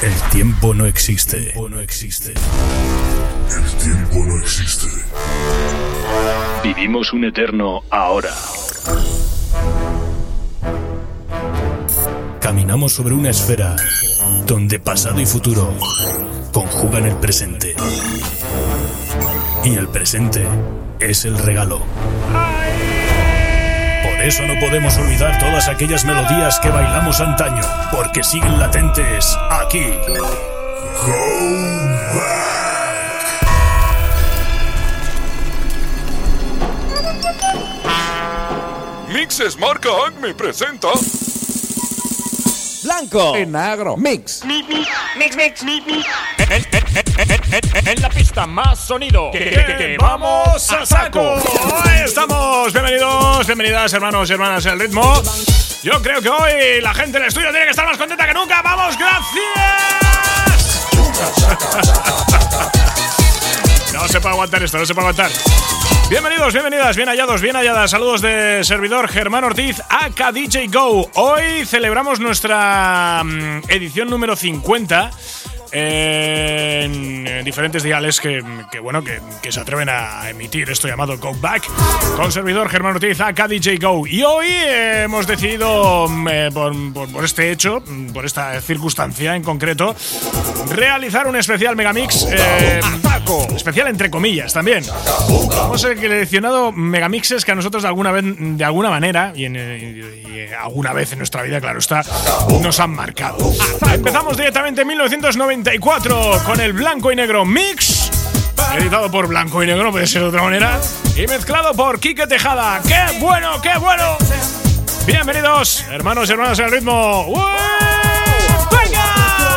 El tiempo no existe. El tiempo no existe. Vivimos un eterno ahora. Caminamos sobre una esfera donde pasado y futuro conjugan el presente. Y el presente es el regalo. Por eso no podemos olvidar todas aquellas melodías que bailamos antaño, porque siguen latentes aquí. Go back. Mixes marca Acme presenta Blanco y negro Mix. Mix. En la pista más sonido que vamos a saco. Ahí estamos, bienvenidas hermanos y hermanas del ritmo. Yo creo que hoy la gente del estudio tiene que estar más contenta que nunca. ¡Vamos, gracias! No se puede aguantar esto, no se puede aguantar. Bienvenidos, bienvenidas, bien hallados, bien halladas. Saludos de servidor Germán Ortiz, aka DJ Go. Hoy celebramos nuestra edición número 50 en diferentes diales que se atreven a emitir esto llamado Go Back, con servidor Germán Ortiz, aka DJ Go. Y hoy hemos decidido, por este hecho, por esta circunstancia en concreto, realizar un especial Megamix, especial entre comillas también. Hemos seleccionado megamixes que a nosotros de alguna manera y alguna vez en nuestra vida, claro está, nos han marcado. Empezamos directamente en 1994 con el Blanco y Negro Mix, editado por Blanco y Negro, no puede ser de otra manera, y mezclado por Quique Tejada. ¡Qué bueno, qué bueno! Bienvenidos, hermanos y hermanas en el ritmo. ¡Venga!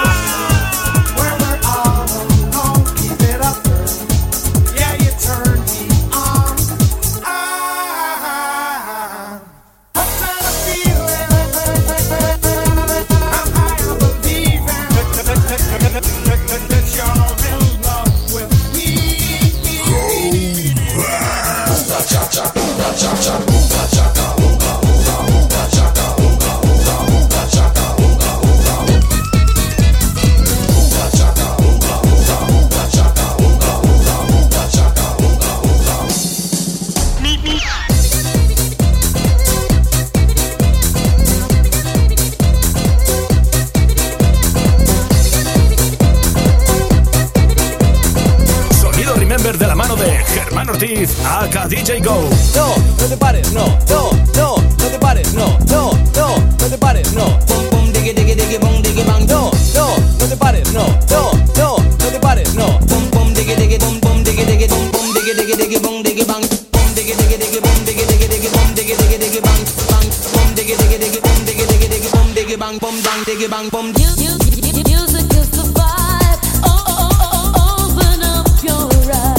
De la mano de Germán Ortiz, aka DJ Go. No te pares, no te pares, no te pares, no. Pum pum diggy bum diggy bang. No te pares, no te pares, no. Pum pum diggy bum bum diggy bum bum diggy bum diggy bang. Bum diggy bum diggy bum diggy bang bang. Bum diggy bum diggy bum diggy bang bum bang diggy bang bum. Music is the vibe. Open up your eyes.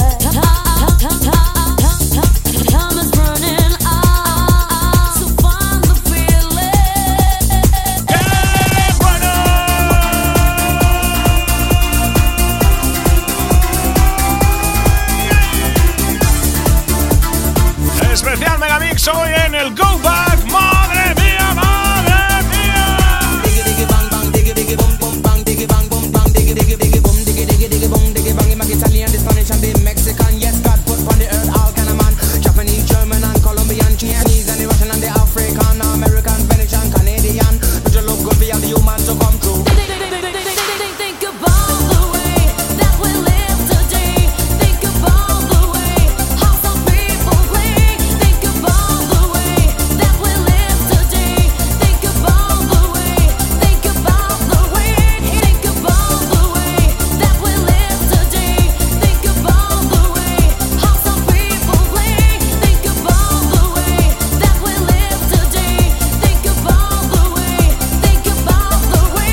Time is running out, so find the feeling. ¡Qué bueno! Especial Megamix hoy en el Go Back. ¡Madre mía, madre mía! Diggy bang bang diggy bum bum bang diggy bang bum bang diggy bum diggy bum diggy bang. In my Italian, the Spanish and the Mexican. Yes, God put on the earth all kind of man. Japanese, German and Colombian, Chinese and the Russian and the African, American, Spanish and Canadian. Don't you look good for all the humans to come true? Think about the way that we live today. Think about the way how some people play. Think about the way that we live today. Think about the way. Think about the way. Think about the way that we live today. Think about the way how some people play. Think about the way that we live today. Think about the way. Think about the way.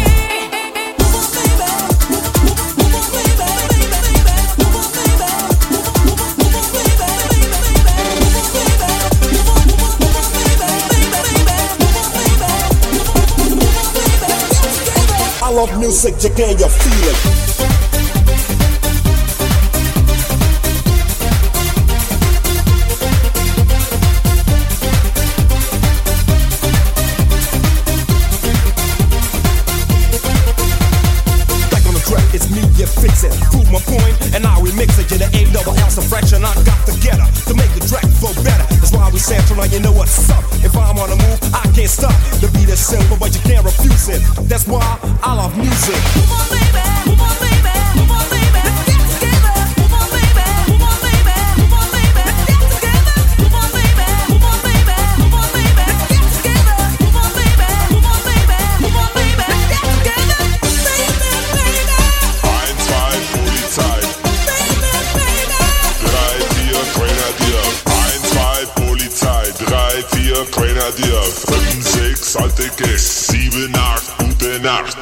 I love music, you can you feel it. fix it. Prove my point, and now we mix it. You're the A-double-L, a fraction I got together to make the track flow better. That's why we sample, now you know what's up. If I'm on the move, I can't stop. The beat is simple, but you can't refuse it. That's why I love music. Move on, baby. Move on, baby. Move on, baby. Let's get together. Move on, baby. Move on, baby. Move on, baby. Let's get together. Move on, baby. Move on, baby. Move on, baby. Let's get together. Move on, baby. Move on, baby. Move on, baby. Let's get together. Baby, baby. 1, 2, Polizei. Baby, baby. 3, 4, Grenadier. 1, 2, Polizei. 3, 4, Grenadier. 5, 6, alte Gags. 7, 8, gute Nacht.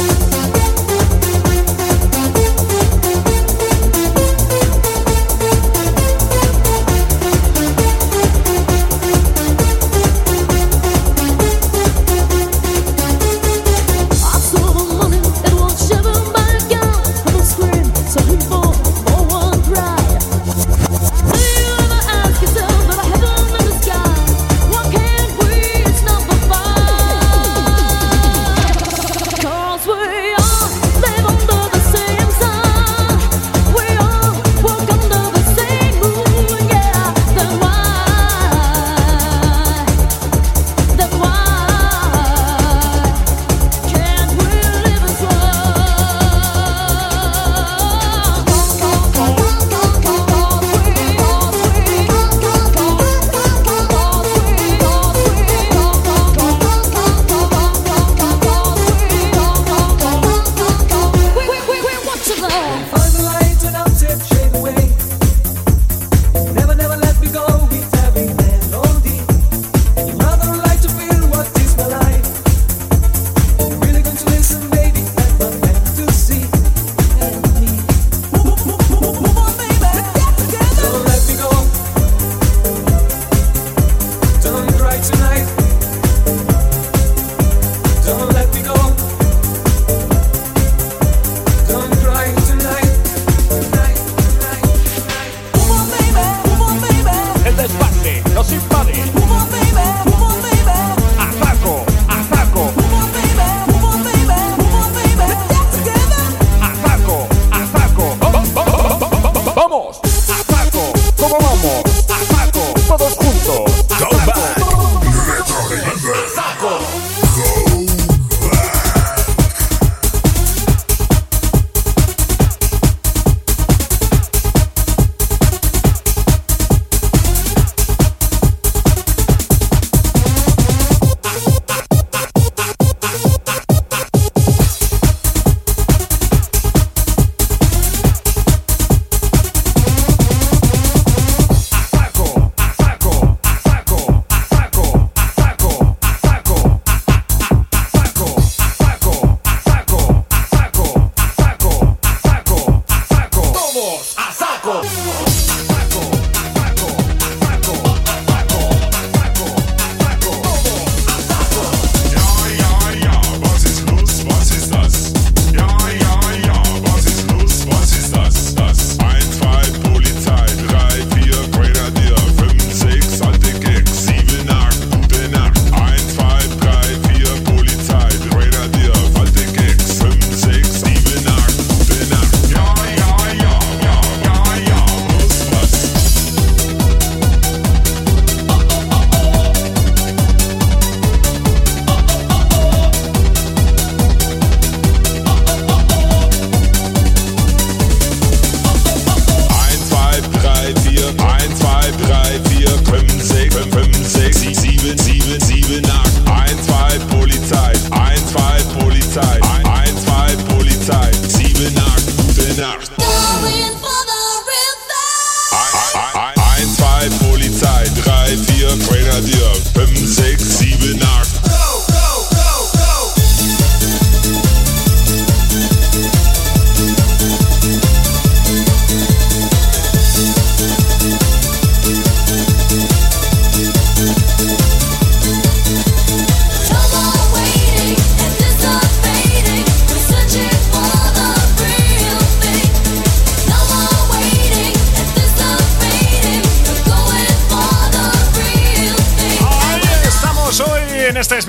I saw the money, it was shivered by a gun. People scream, so people for one cry. Do you ever ask yourself about heaven in the sky? Why can't we? It's not for fun. 'Cause we all live under the same sun. We all walk under the same moon. Yeah, then why? Can't we live as Find the light and I'll set shade away. Never, never let me go. It's every melody. And you rather like to feel what is my life. You're really going to listen, baby. That's what I'm meant to see. And me. Move on, baby. Don't let me go. Don't cry tonight. Don't let me go. Don't cry tonight. Tonight, tonight, tonight. Move on, baby. Move on, baby. El desfase nos invade. Move on, baby. Move on, baby. A saco, a saco, Move on, baby. Move on, baby. Move on, baby. Let's get together. a saco, a saco. Vamos, a saco. ¿Cómo vamos? A saco. Todos juntos. A Go saco. back. A saco. A saco, a saco, a saco, a saco, a saco, a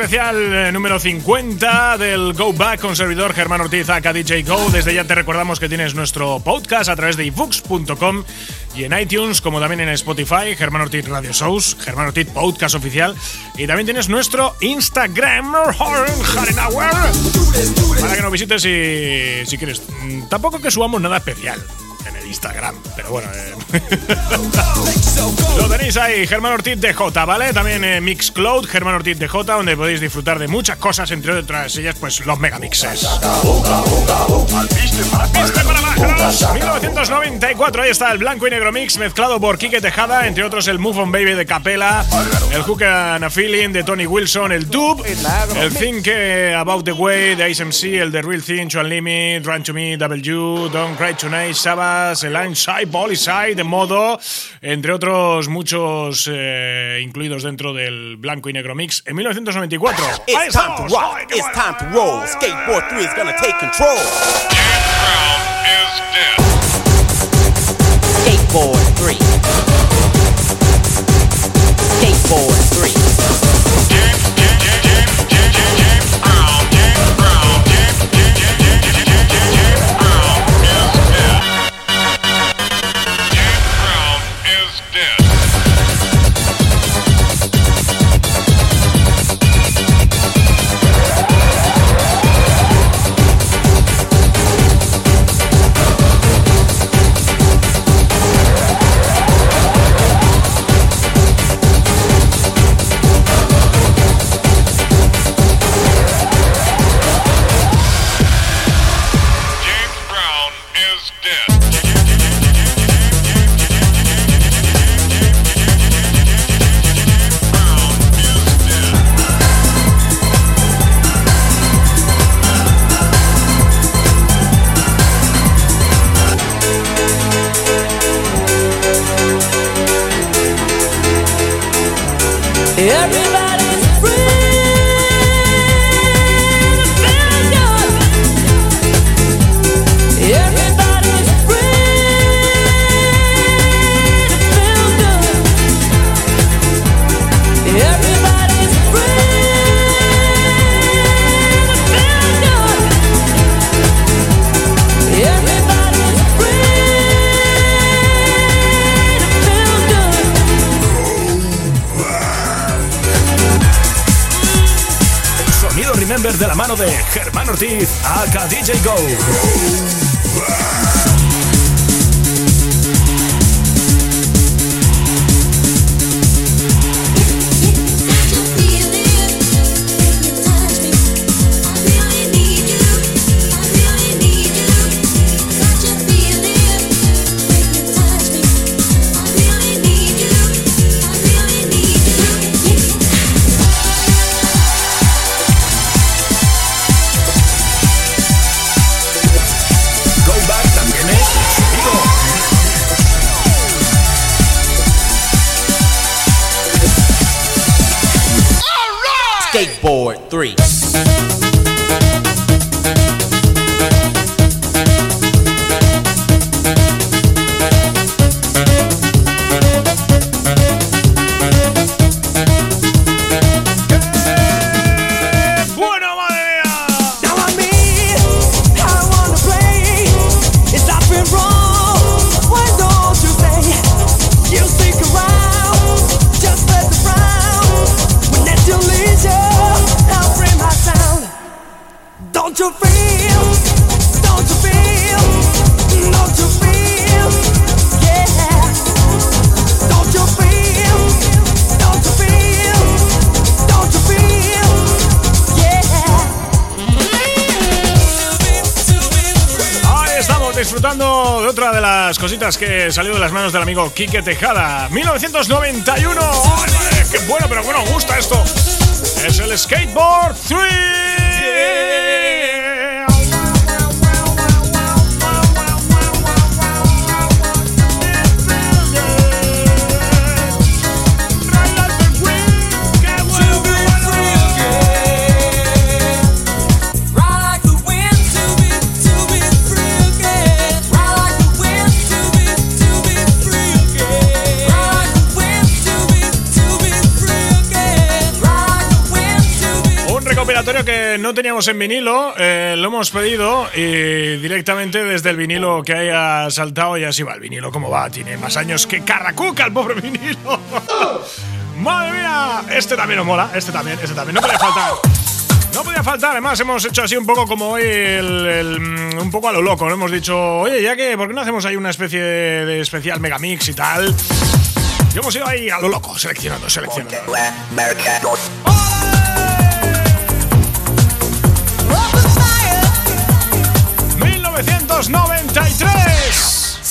especial número 50 del Go Back con servidor Germán Ortiz aka DJ Go. Desde ya te recordamos que tienes nuestro podcast a través de ebooks.com y en iTunes, como también en Spotify, Germán Ortiz Radio Shows, Germán Ortiz Podcast Oficial. Y también tienes nuestro Instagram, Harenauer, para que nos visites si quieres. Tampoco que subamos nada especial en el Instagram, pero bueno, lo tenéis ahí, Germán Ortiz DJ, ¿vale? También Mixcloud, Germán Ortiz DJ, donde podéis disfrutar de muchas cosas, entre otras ellas, pues los megamixes. Viste para abajo, 1994, ahí está el blanco y negro mix mezclado por Quique Tejada, entre otros el Move On Baby de Capela, el Hook and a Feeling de Tony Wilson, el Dub, el Think About the Way de Ice MC, el The Real Thing, Joan Limit, Run to Me, W, Don't Cry Tonight, Sabbath, el Inside, Polyside, de Modo, entre otros muchos incluidos dentro del blanco y negro mix en 1994. It's time to rock, it's time to roll. Skateboard 3 is gonna take control. Skateboard 3. Skateboard 3. Everybody's free to feel good. Everybody's free to feel good. Everybody's free to feel good. Everybody's Sonido Remember de la mano de Germán Ortiz aka DJ Go. Skateboard 3. Disfrutando de otra de las cositas que salió de las manos del amigo Quique Tejada. 1991. ¡Ay, qué bueno, pero bueno, gusta esto! Es el Skateboard 3. recopilatorio que no teníamos en vinilo, lo hemos pedido y directamente desde el vinilo que haya saltado y así va el vinilo. ¿Cómo va? Tiene más años que Carracuca el pobre vinilo. ¡Madre mía! Este también nos mola, este también. No podía faltar. No podía faltar, además hemos hecho así un poco como hoy un poco a lo loco, ¿no? Hemos dicho, oye, ya que, ¿por qué no hacemos ahí una especie de especial megamix y tal? Y hemos ido ahí a lo loco, seleccionando. 1993.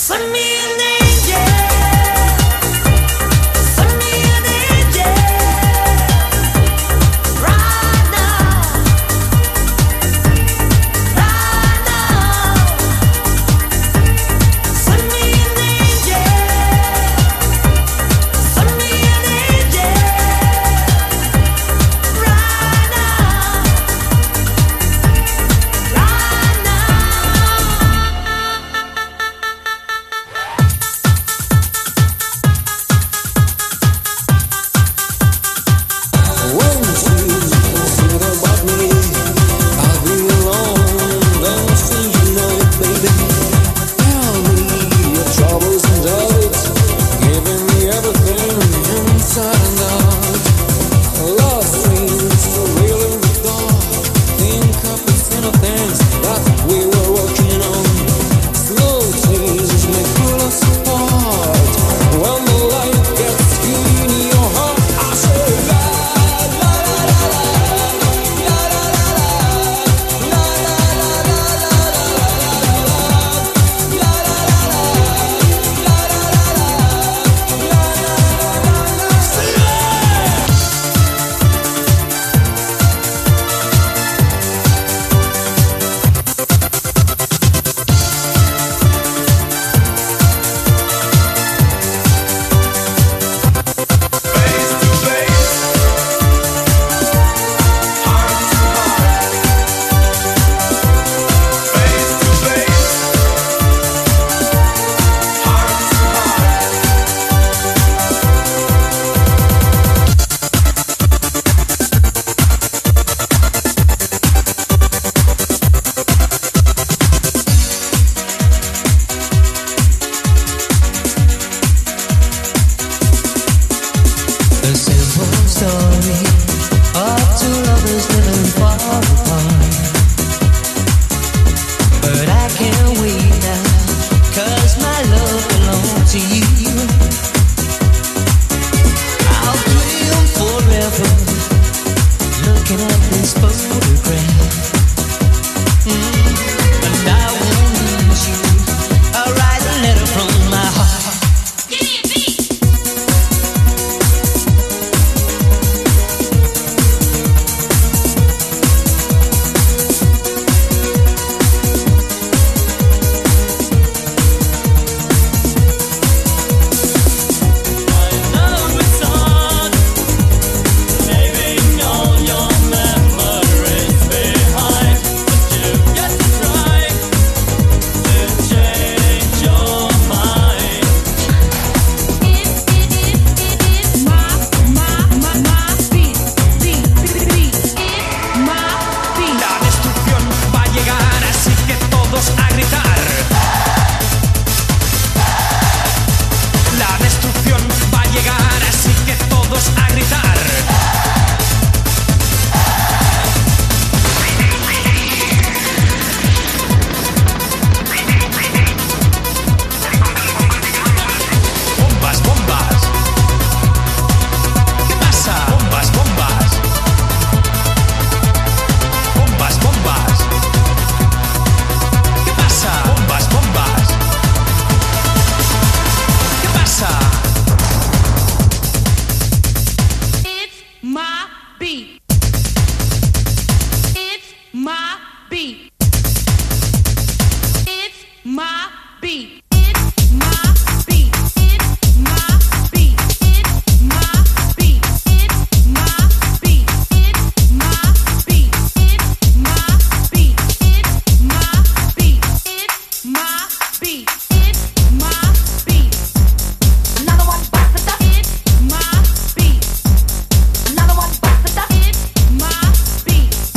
Another one,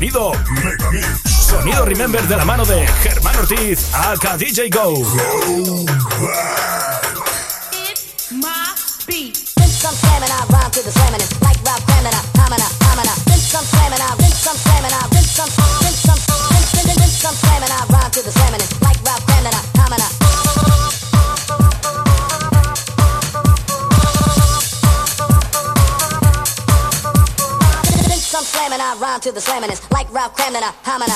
Sonido Remember de la mano de Germán Ortiz, aka DJ Go. It's my beat. Rinse some slamming, I rhyme to the slamming. It's like Ralph Cramming, hamina. Rinse some slamming, I rinse some slamming, I rinse some slamming, I rhyme to the slamming. It's like Ralph Cramming, hamina. Rinse some slamming, I rhyme to the slamming. It's like Ralph Cramming, hamina.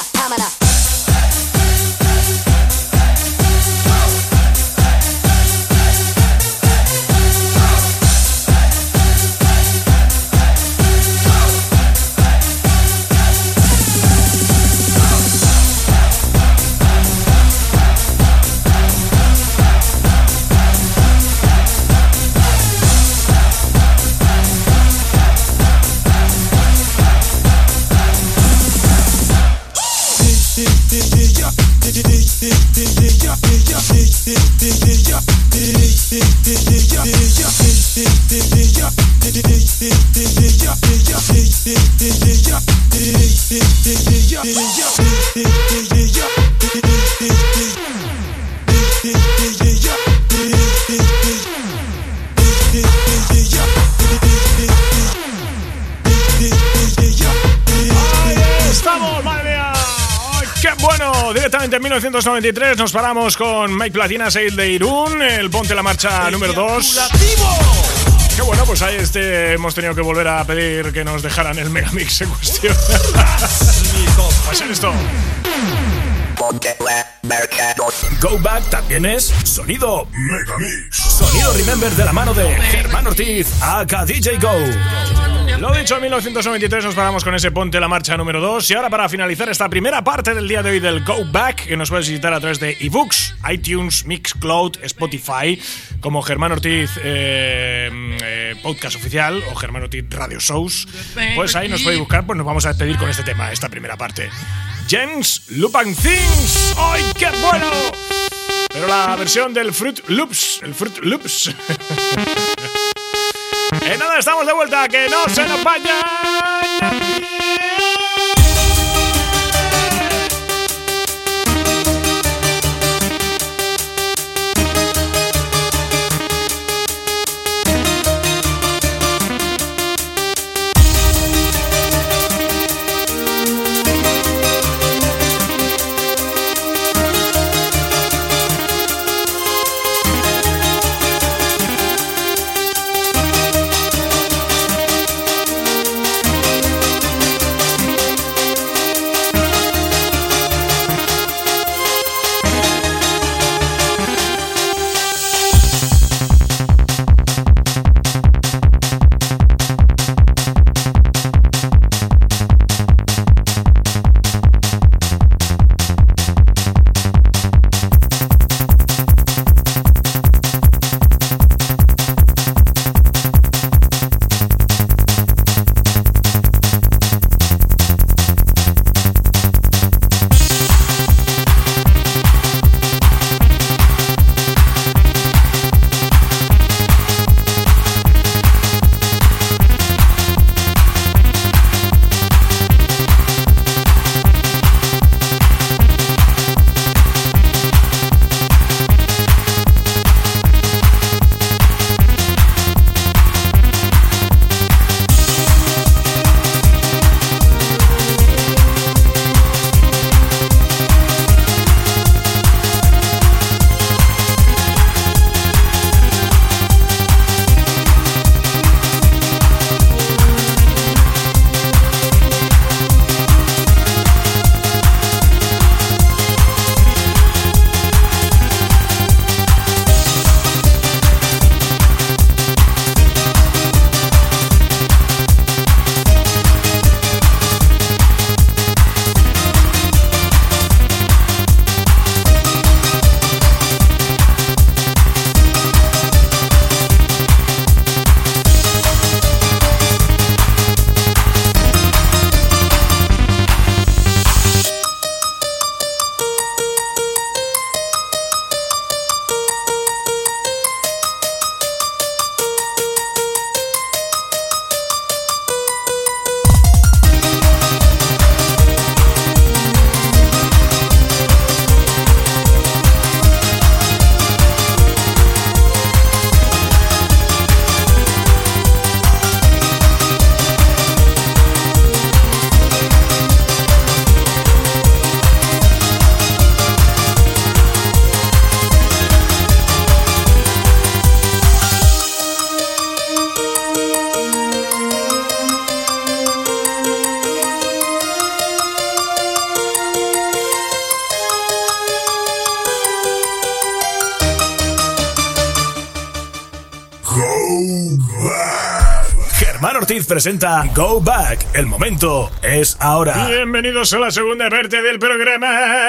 ¡Estamos, madre mía! ¡Ay, qué bueno! Directamente en 1993 nos paramos con Mike Platina, Sail de Irún, el Ponte la Marcha número 2. Qué bueno, pues ahí hemos tenido que volver a pedir que nos dejaran el megamix en cuestión. Va a ser esto. Go Back también es Sonido Megamix. Sonido Remember de la mano de Germán Ortiz, aka DJ Go. Lo dicho, en 1993 nos paramos con ese Ponte la Marcha número 2. Y ahora, para finalizar esta primera parte del día de hoy del Go Back, que nos puedes visitar a través de ebooks, iTunes, Mixcloud, Spotify, como Germán Ortiz Podcast Oficial o Germán Ortiz Radio Shows, pues ahí nos podéis buscar. Pues nos vamos a despedir con este tema, esta primera parte. Jens Looping Things. ¡Ay, qué bueno! Pero la versión del Fruit Loops. El Fruit Loops. Nada, estamos de vuelta. ¡Que no se nos vayan! Germán Ortiz presenta Go Back. El momento es ahora. Bienvenidos a la segunda parte del programa.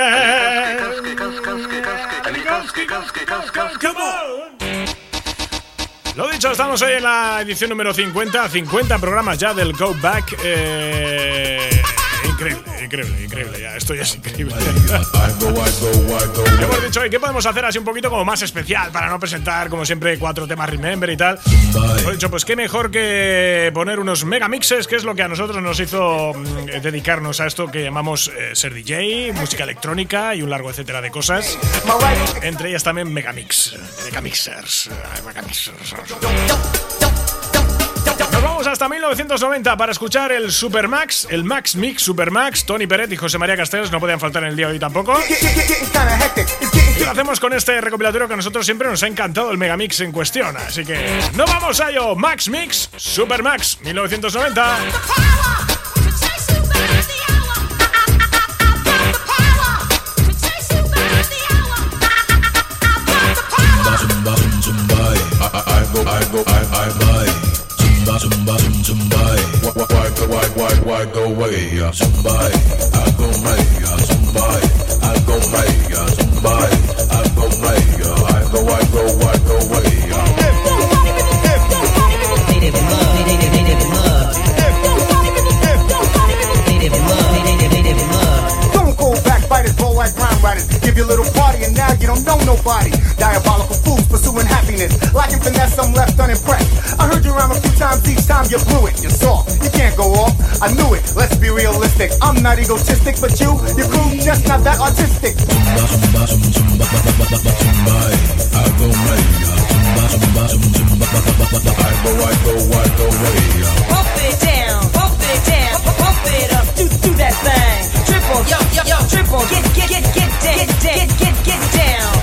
Lo dicho, estamos hoy en la edición número 50 programas ya del Go Back. Increíble, ya, esto ya es increíble. Hemos dicho hoy, ¿qué podemos hacer así un poquito como más especial para no presentar, como siempre, 4 temas Remember y tal? Hemos dicho, pues qué mejor que poner unos megamixes, que es lo que a nosotros nos hizo dedicarnos a esto que llamamos ser DJ, música electrónica y un largo etcétera de cosas. Entre ellas también megamixers. Nos vamos hasta 1990 para escuchar el Supermax, el Max Mix Supermax. Tony Peret y José María Castells no podían faltar en el día de hoy tampoco. Y lo hacemos con este recopilatorio que a nosotros siempre nos ha encantado, el Megamix en cuestión. Así que no vamos a ello. Max Mix Supermax 1990. Why go away? Somebody, I go right. Somebody, I go right. Somebody, I go right. I go away. Don't go back, bite it, roll like crime writers. Give you a little party and now you don't know nobody. Diabolical fools pursuing happiness, lacking finesse, I'm left unimpressed. I heard you rhyme a few times, each time you blew it. You're soft, you can't go off. I knew it, let's be realistic. I'm not egotistic, but your crew just not that artistic. I go right. Pump it down, pump it up, do that thing. Triple, yo, triple, get down.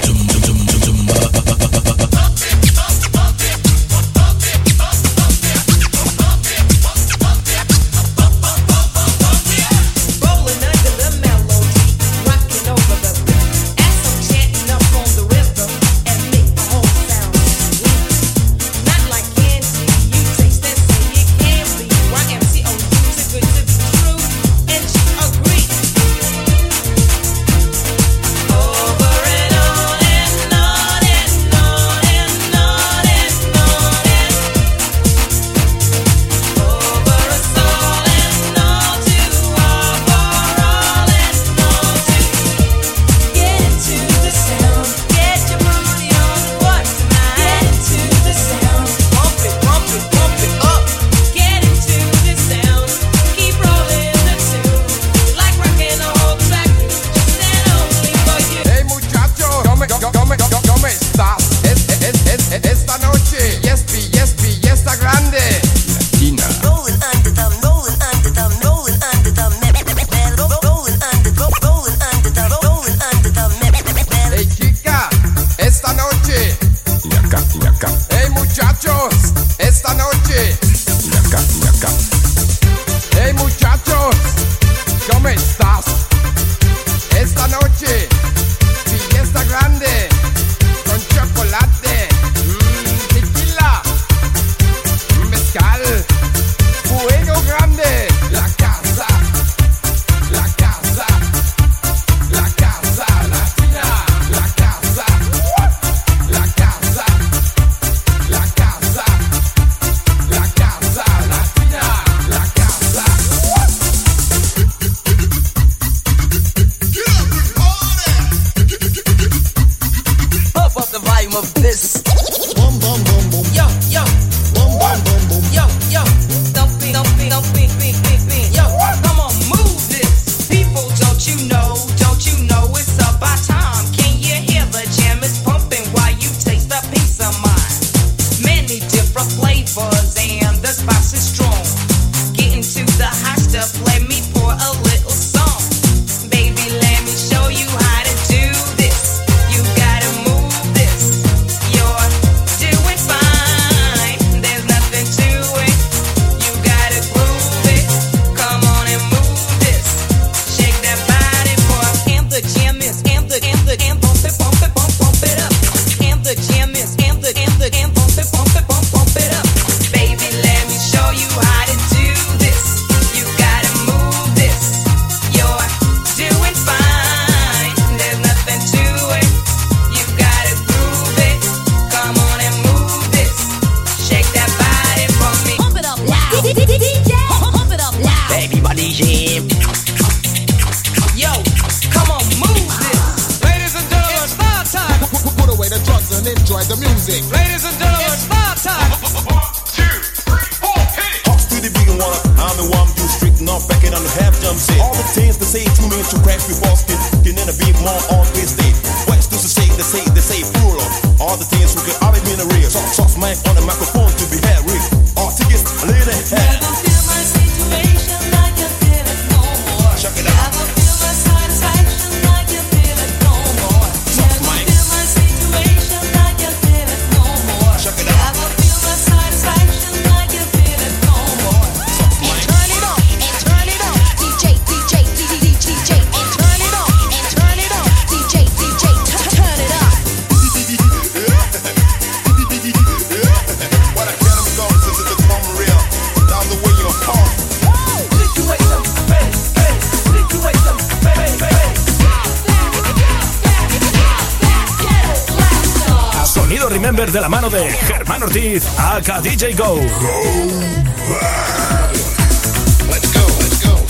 Rolling under the melody, rocking over the beat. and enjoy the music. Ladies and gentlemen, it's bar time. 1, 2, 3, 4, hit it. Hawks to the big one, I'm the one do straighten up, back it on the half jump set. All the things they say to me to crash before skin in a big more on this day. What's to say, they say plural. All the things we can all be in the real. Soft mic on the microphone to be had real. All tickets, a little head. Never feel my situation like you feel it no more. Check it out. Never feel my satisfaction like you feel it no more. Never mic. feel my situation like you feel it no more. Check it out. Never feel my satisfaction like you feel it no more. Mic. Turn it on and turn it on. DJ, DJ, DJ, and turn it on and turn it on. DJ, DJ, turn it up. What I get them go since it's a come real. Down the way you're home. Sonido Remember de la mano de Germán Ortiz, aka DJ Go. Let's go, let's go.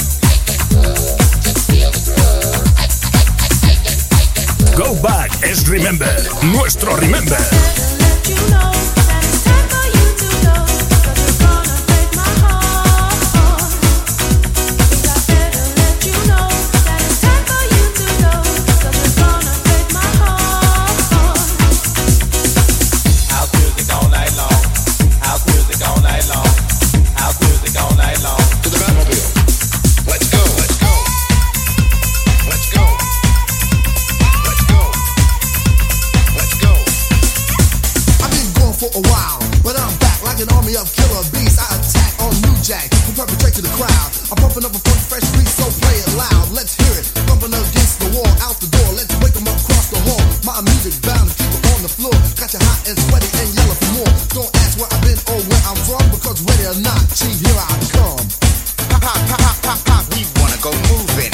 Go Back es Remember, nuestro Remember. Let you know that it's time for you to go. 'Cause you're gonna break my heart. Think I better let you know that it's time for you to go. 'Cause you're gonna break my heart. House music all night long. House music all night long. House music all night long. To the Batmobile. Let's go, let's go. Let's go. Let's go. Let's go. I've been gone for a while, but I'm back like an army of killer beasts. I attack on New Jack and perpetrate to the crowd. I'm pumping up a funky fresh beat, so play it loud. Let's hear it, bumping against the wall, out the door. Let's wake 'em up across the hall. My music bound to keep it on the floor. Got you hot and sweaty and yellow for more. Don't ask where I've been or where I'm from, because ready or not, chief, here I come. Pop, pop, pop, pop, pop. We wanna go moving.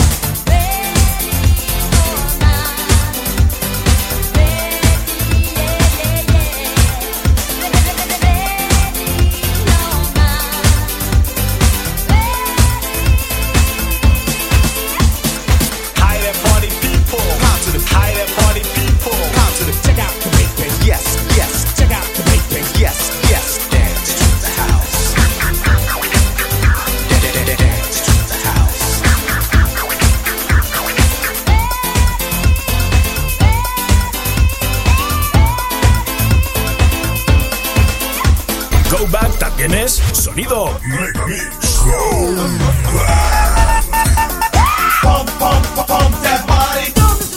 Hi there, party people. How to the hi there, party people. How to the check out the big band. Yes, yes. Check out the big band. Yes, yes. Dance to the house. Dance to the house. Go Back también es sonido Megamix. Pump, pump, pump that body.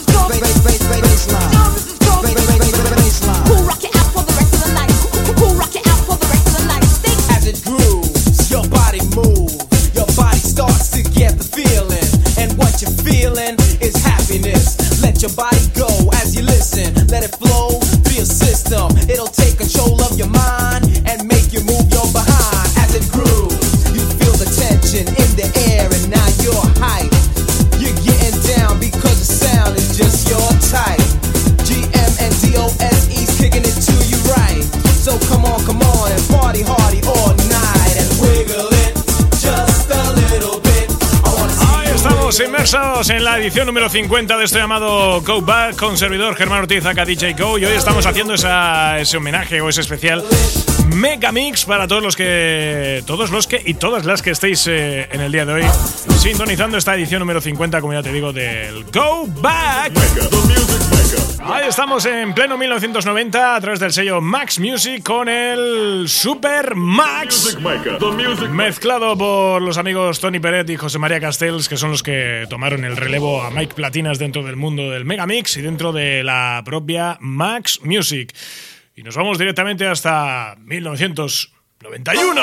Who rock it out for the rest of the night? Who rock it out for the rest of the night? Think As it grooves, your body moves. Your body starts to get the feeling. And what you're feeling is happiness. Let your body go as you listen. Let it flow through your system. It'll take control of your mind and make you move your behind. As it grooves, you feel the tension in the air, and now you're hype. You're getting down because the sound is just your type. GM and DOSE's kicking it to you right. So come on and party hardy all night and wiggle it just a little bit. I wanna see Ahí estamos inmersos en la edición número 50 de esto llamado Go Back con servidor Germán Ortiz, aka DJ Go, y hoy estamos haciendo ese homenaje o ese especial Megamix para todos los que y todas las que estéis en el día de hoy sintonizando esta edición número 50, como ya te digo, del Go Back. Ahí estamos en pleno 1990 a través del sello Max Music con el Super Max, mezclado por los amigos Tony Peret y José María Castells, que son los que tomaron el relevo a Mike Platinas dentro del mundo del Megamix y dentro de la propia Max Music. Y nos vamos directamente hasta 1991.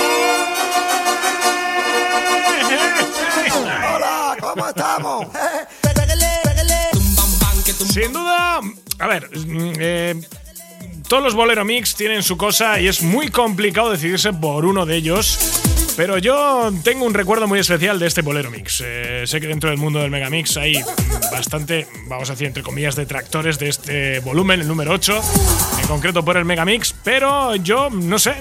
Hola, ¿cómo estamos? Sin duda, a ver, todos los bolero mix tienen su cosa y es muy complicado decidirse por uno de ellos. Pero yo tengo un recuerdo muy especial de este bolero mix. Sé que dentro del mundo del Megamix hay bastante, vamos a decir, entre comillas, detractores de este volumen, el número 8, en concreto por el Megamix, pero yo, no sé,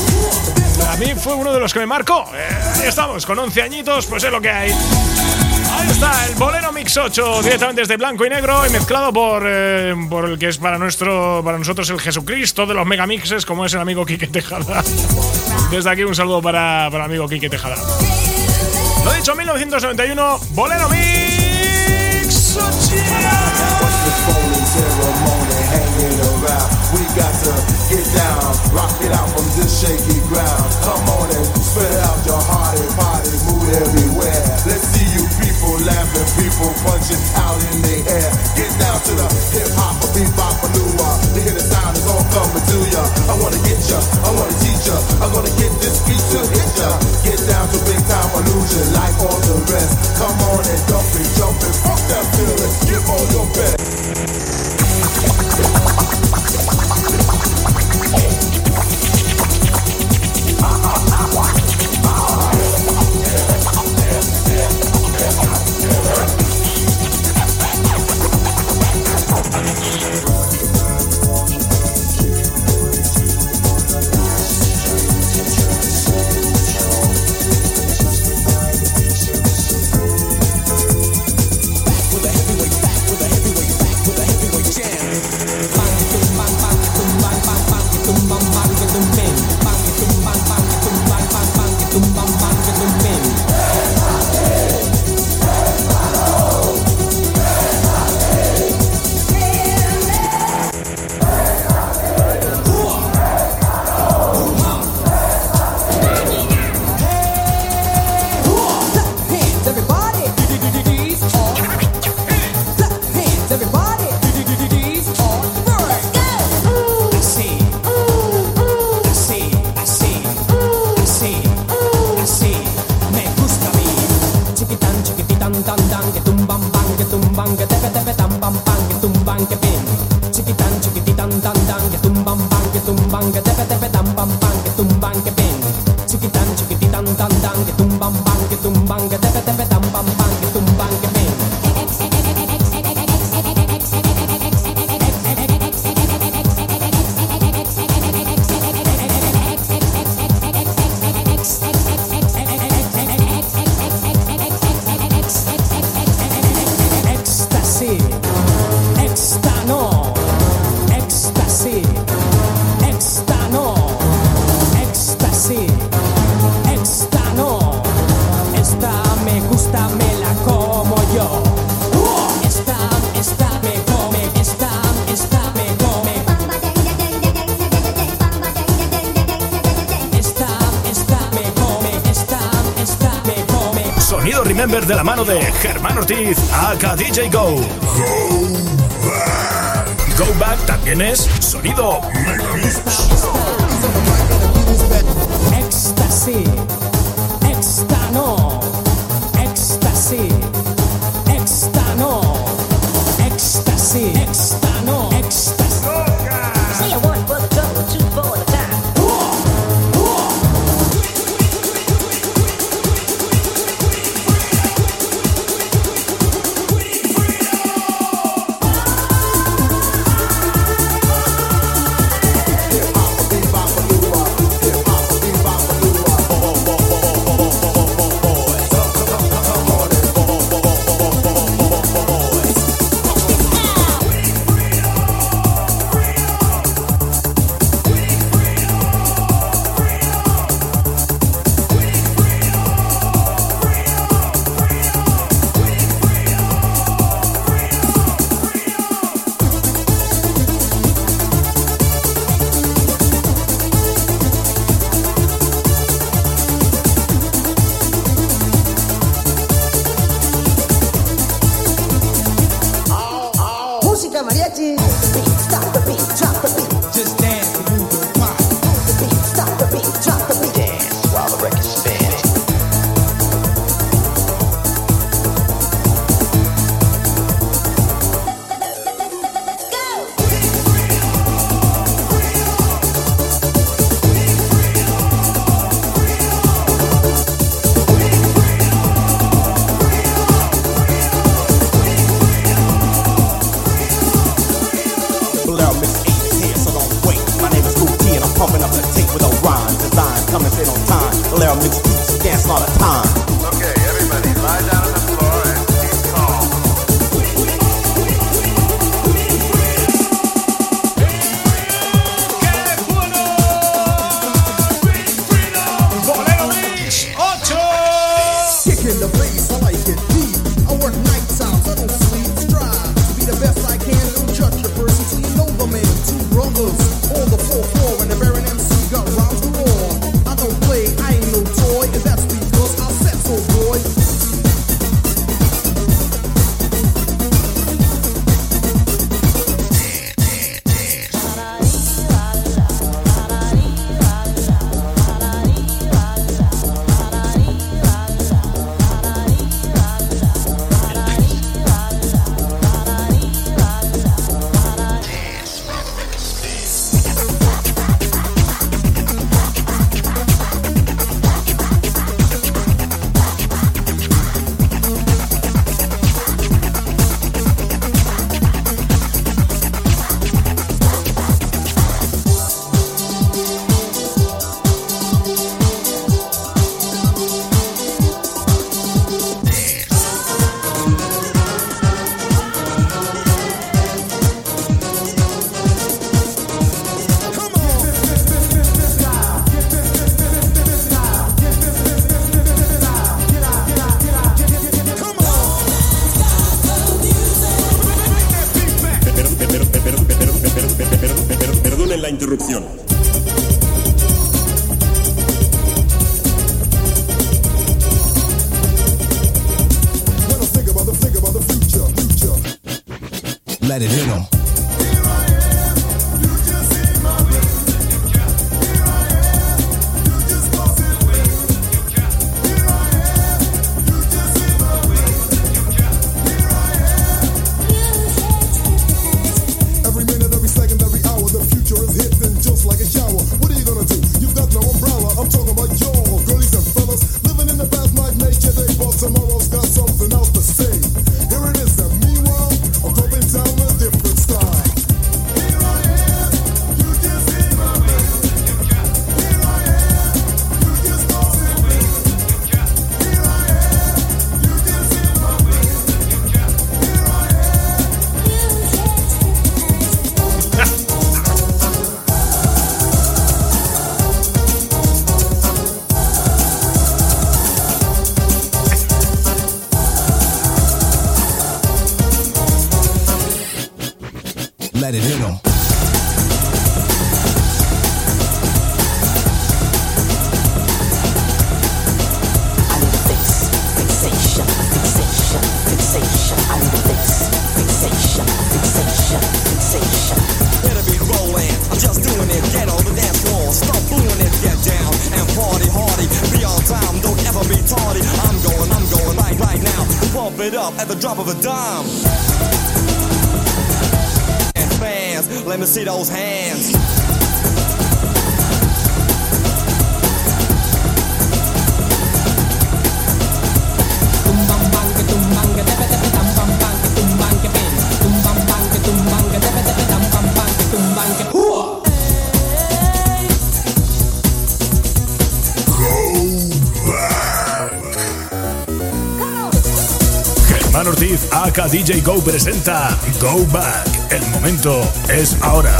a mí fue uno de los que me marcó. Ahí estamos, con 11 añitos, pues es lo que hay. Ahí está, el Bolero Mix 8, directamente desde blanco y negro y mezclado por el que es para nosotros el Jesucristo de los megamixes, como es el amigo Quique Tejada. Desde aquí un saludo para el amigo Quique Tejada. Lo dicho, 1991, Bolero Mix 8. We got to get down, rock it out from this shaky ground. Come on and spread out your hearty party, move everywhere. Let's see you people laughing, people punching out in the air. Get down to the hip hop, bebop, lua. You hear the sound is all coming to ya. I wanna get ya, I wanna teach ya. I'm gonna get this beat to hit ya. Get down to big time illusion, like all the rest. Come on and dump it, jump it, fuck that feeling. Give all your best. Remember de la mano de Germán Ortiz, aka DJ Go. Go Back también es sonido Megamix. Ecstasy, extano, ecstasy, extano, ecstasy, extano, ecstasy. Say a one for the trouble, two for the time. Mix beats, dance all the time. Okay, everybody, lie down on the floor and brothers on the 4-4 and the Baron MC got rounds galore. I don't play, I ain't no toy, and that's because I said so, boy. Perdonen la interrupción. Let it hit 'em. Every minute, every second, every hour, the future is hitting just like a shower. What are you gonna do? You've got no umbrella. I'm talking about y'all, girlies and fellas, living in the past like nature day, but tomorrow's got something else to say. Here it is, and meanwhile, I'm dropping down a different style. Here I am, you just see my way. Here I am, you just call it me. Here I am, you just see my way. Here I am. Let it hit 'em. Better be rolling, I'm just doing it, get on the dance floor, stop doing it, get down, and party hardy, be on time, don't ever be tardy, I'm going right now, pump it up at the drop of a dime. And fans, let me see those hands. Germán Ortiz, aka DJ Go, presenta Go Back. El momento es ahora.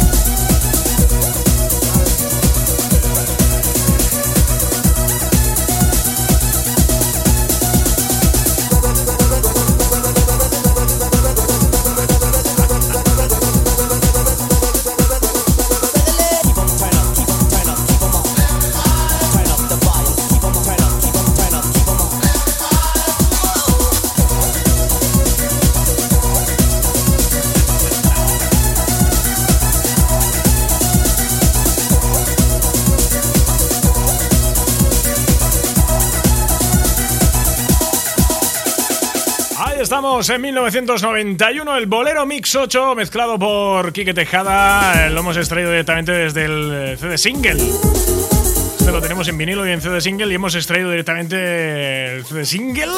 Estamos en 1991, el Bolero Mix 8 mezclado por Quique Tejada. Lo hemos extraído directamente desde el CD single. Este lo tenemos en vinilo y en CD single y hemos extraído directamente el CD single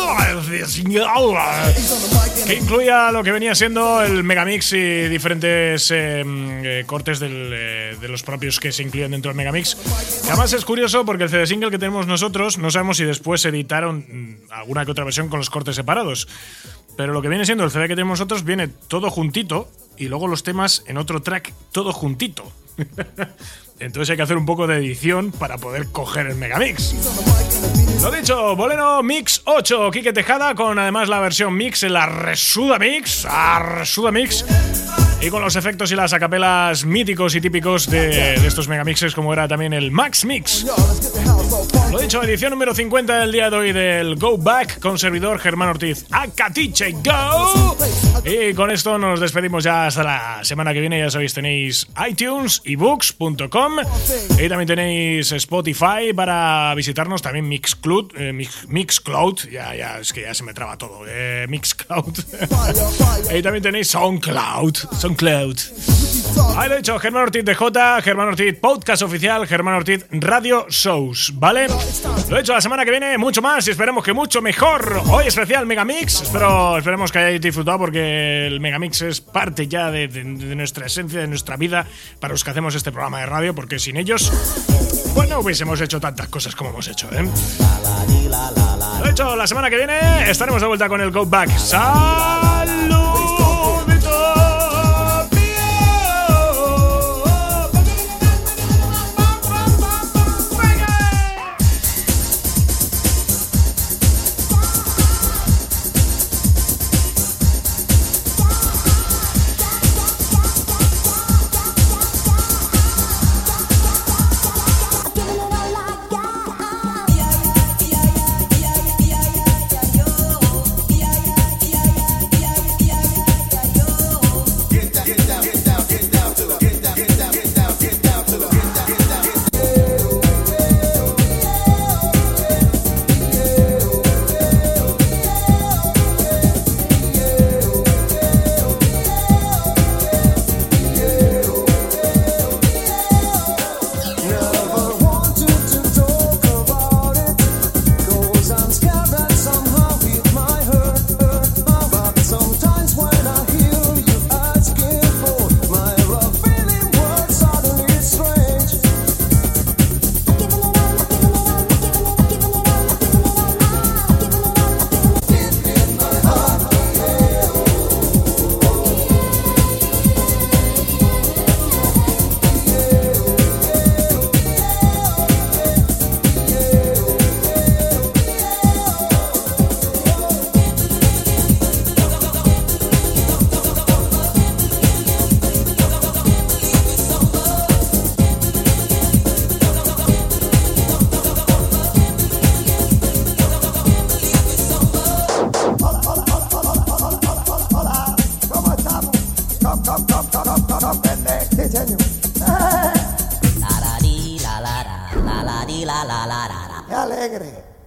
que incluía lo que venía siendo el Megamix y diferentes cortes de los propios que se incluyen dentro del Megamix. Además es curioso porque el CD single que tenemos nosotros no sabemos si después editaron alguna que otra versión con los cortes separados. Pero lo que viene siendo el CD que tenemos nosotros viene todo juntito y luego los temas en otro track todo juntito. Entonces hay que hacer un poco de edición para poder coger el Megamix. Lo dicho, Bolero Mix 8, Quique Tejada, con además la versión mix en la Resuda Mix. y con los efectos y las acapelas míticos y típicos de estos megamixes, como era también el Max Mix. Lo dicho, edición número 50 del día de hoy del Go Back con servidor Germán Ortiz, aka DJ Go. Y con esto nos despedimos ya hasta la semana que viene. Ya sabéis, tenéis iTunes, ebooks.com y también tenéis Spotify para visitarnos, también Mixcloud, es que ya se me traba todo, Mixcloud. Y también tenéis SoundCloud. Ahí lo he dicho, Germán Ortiz DJ, Germán Ortiz Podcast Oficial, Germán Ortiz Radio Shows, ¿vale? Lo he dicho, la semana que viene mucho más y esperemos que mucho mejor. Hoy especial Megamix, esperemos que hayáis disfrutado, porque el Megamix es parte ya de nuestra esencia, de nuestra vida, para los que hacemos este programa de radio, porque sin ellos pues no hubiésemos hecho tantas cosas como hemos hecho, ¿eh? Lo he dicho, la semana que viene estaremos de vuelta con el Go Back. ¡Salud! Alegre.